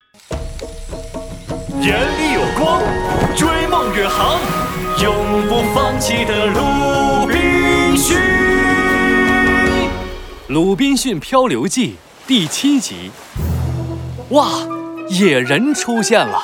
眼里有光，追梦远航，永不放弃的鲁滨逊。《 鲁滨逊漂流记》第7集。哇，野人出现了！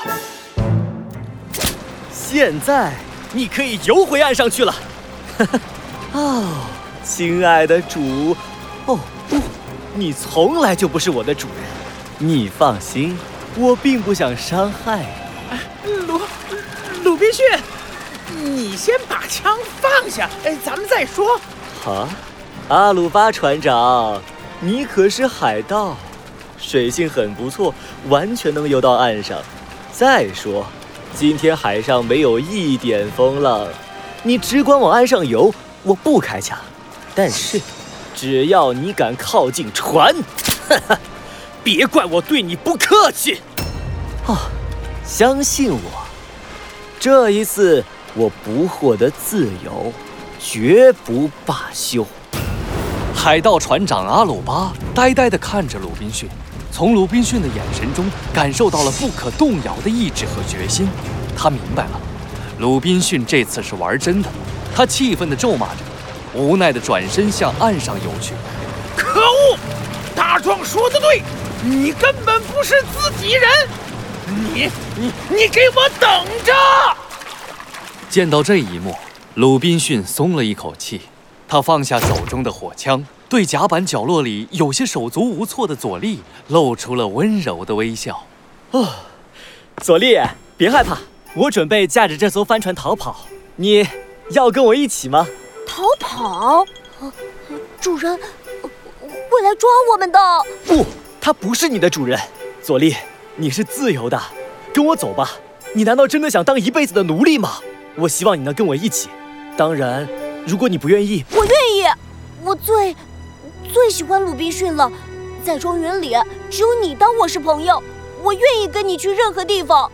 现在你可以游回岸上去了。哦，亲爱的主，哦不，你从来就不是我的主人。你放心，我并不想伤害你。 鲁滨逊，你先把枪放下，咱们再说。 啊，阿鲁巴船长，你可是海盗，水性很不错，完全能游到岸上。再说，今天海上没有一点风浪，你只管往岸上游，我不开枪。但是，只要你敢靠近船，哈哈，别怪我对你不客气。哦，相信我，这一次我不获得自由，绝不罢休。 海盗船长阿鲁巴呆呆地看着鲁滨逊，从鲁滨逊的眼神中感受到了不可动摇的意志和决心。他明白了，鲁滨逊这次是玩真的。他气愤地咒骂着，无奈地转身向岸上游去。 可恶！大壮说得对，你根本不是自己人！你给我等着！ 见到这一幕，鲁滨逊松了一口气，他放下手中的火枪，对甲板角落里有些手足无措的佐利露出了温柔的微笑。 哦，佐利，别害怕，我准备驾着这艘帆船逃跑，你要跟我一起吗？ 逃跑？主人会来抓我们的。 不，他不是你的主人。佐利，你是自由的，跟我走吧。你难道真的想当一辈子的奴隶吗？我希望你能跟我一起。当然，如果你不愿意， 我愿意。我最喜欢鲁滨逊了，在庄园里只有你当我是朋友，我愿意跟你去任何地方。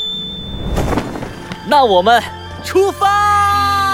那我们出发！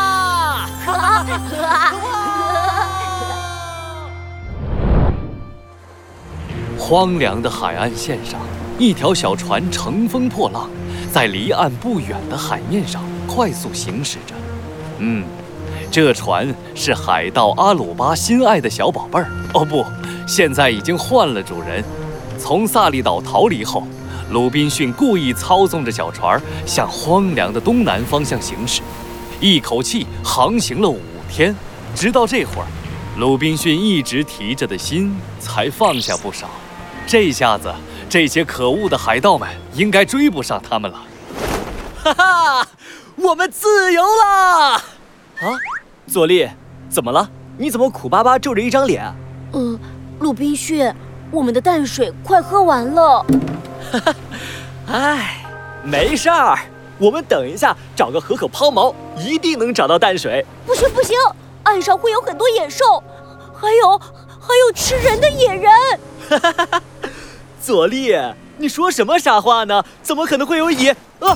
荒凉的海岸线上，一条小船乘风破浪，在离岸不远的海面上快速行驶着。这船是海盗阿鲁巴心爱的小宝贝儿。哦不，现在已经换了主人。从萨利岛逃离后，鲁滨逊故意操纵着小船向荒凉的东南方向行驶，一口气航行了5天。直到这会儿，鲁滨逊一直提着的心才放下不少。这下子，这些可恶的海盗们应该追不上他们了。 哈哈，我们自由了！啊，佐利，怎么了？你怎么苦巴巴皱着一张脸？ 鲁滨逊，我们的淡水快喝完了。 哈哈，哎，没事儿，我们等一下找个河口抛锚，一定能找到淡水。 不行，岸上会有很多野兽，还有吃人的野人。 佐利，你说什么傻话呢？怎么可能会有野人？快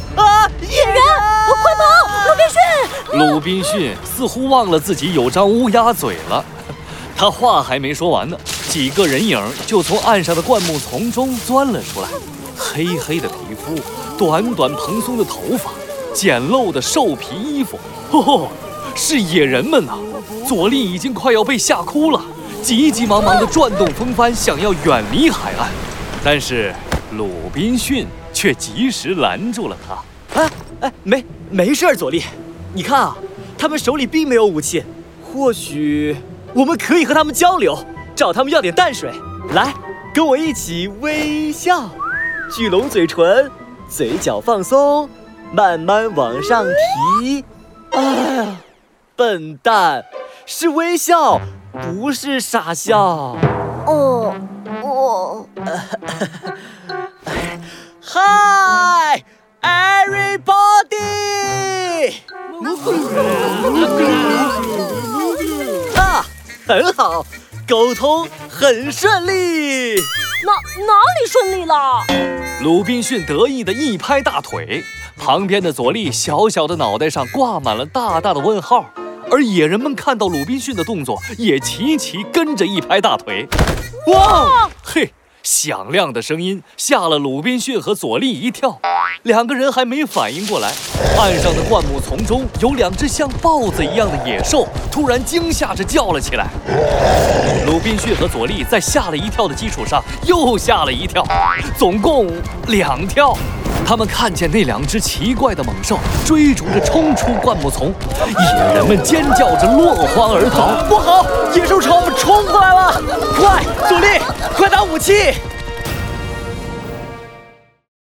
跑！鲁滨逊！ 鲁滨逊似乎忘了自己有张乌鸦嘴了，他话还没说完呢，几个人影就从岸上的灌木丛中钻了出来。黑黑的皮肤，短短蓬松的头发，简陋的兽皮衣服，是野人们呐！佐利已经快要被吓哭了，急急忙忙地转动风帆，想要远离海岸，但是鲁滨逊却及时拦住了他。 没事儿，佐利，你看啊，他们手里并没有武器，或许我们可以和他们交流，找他们要点淡水。来，跟我一起微笑，聚拢嘴唇，嘴角放松，慢慢往上提。哎呀，笨蛋，是微笑，不是傻笑。Hi, everybody！ 很好，沟通很顺利。 哪里顺利了？ 鲁滨逊得意地一拍大腿，旁边的佐利小小的脑袋上挂满了大大的问号，而野人们看到鲁滨逊的动作，也齐齐跟着一拍大腿。哇，嘿， 响亮的声音吓了鲁滨逊和佐利一跳，两个人还没反应过来，岸上的灌木丛中有两只像豹子一样的野兽，突然惊吓着叫了起来。鲁滨逊和佐利在吓了一跳的基础上又吓了一跳，总共2跳。他们看见那2只奇怪的猛兽追逐着冲出灌木丛，野人们尖叫着落荒而逃。 不好，野兽朝我们冲过来了！快，佐利，快拿武器！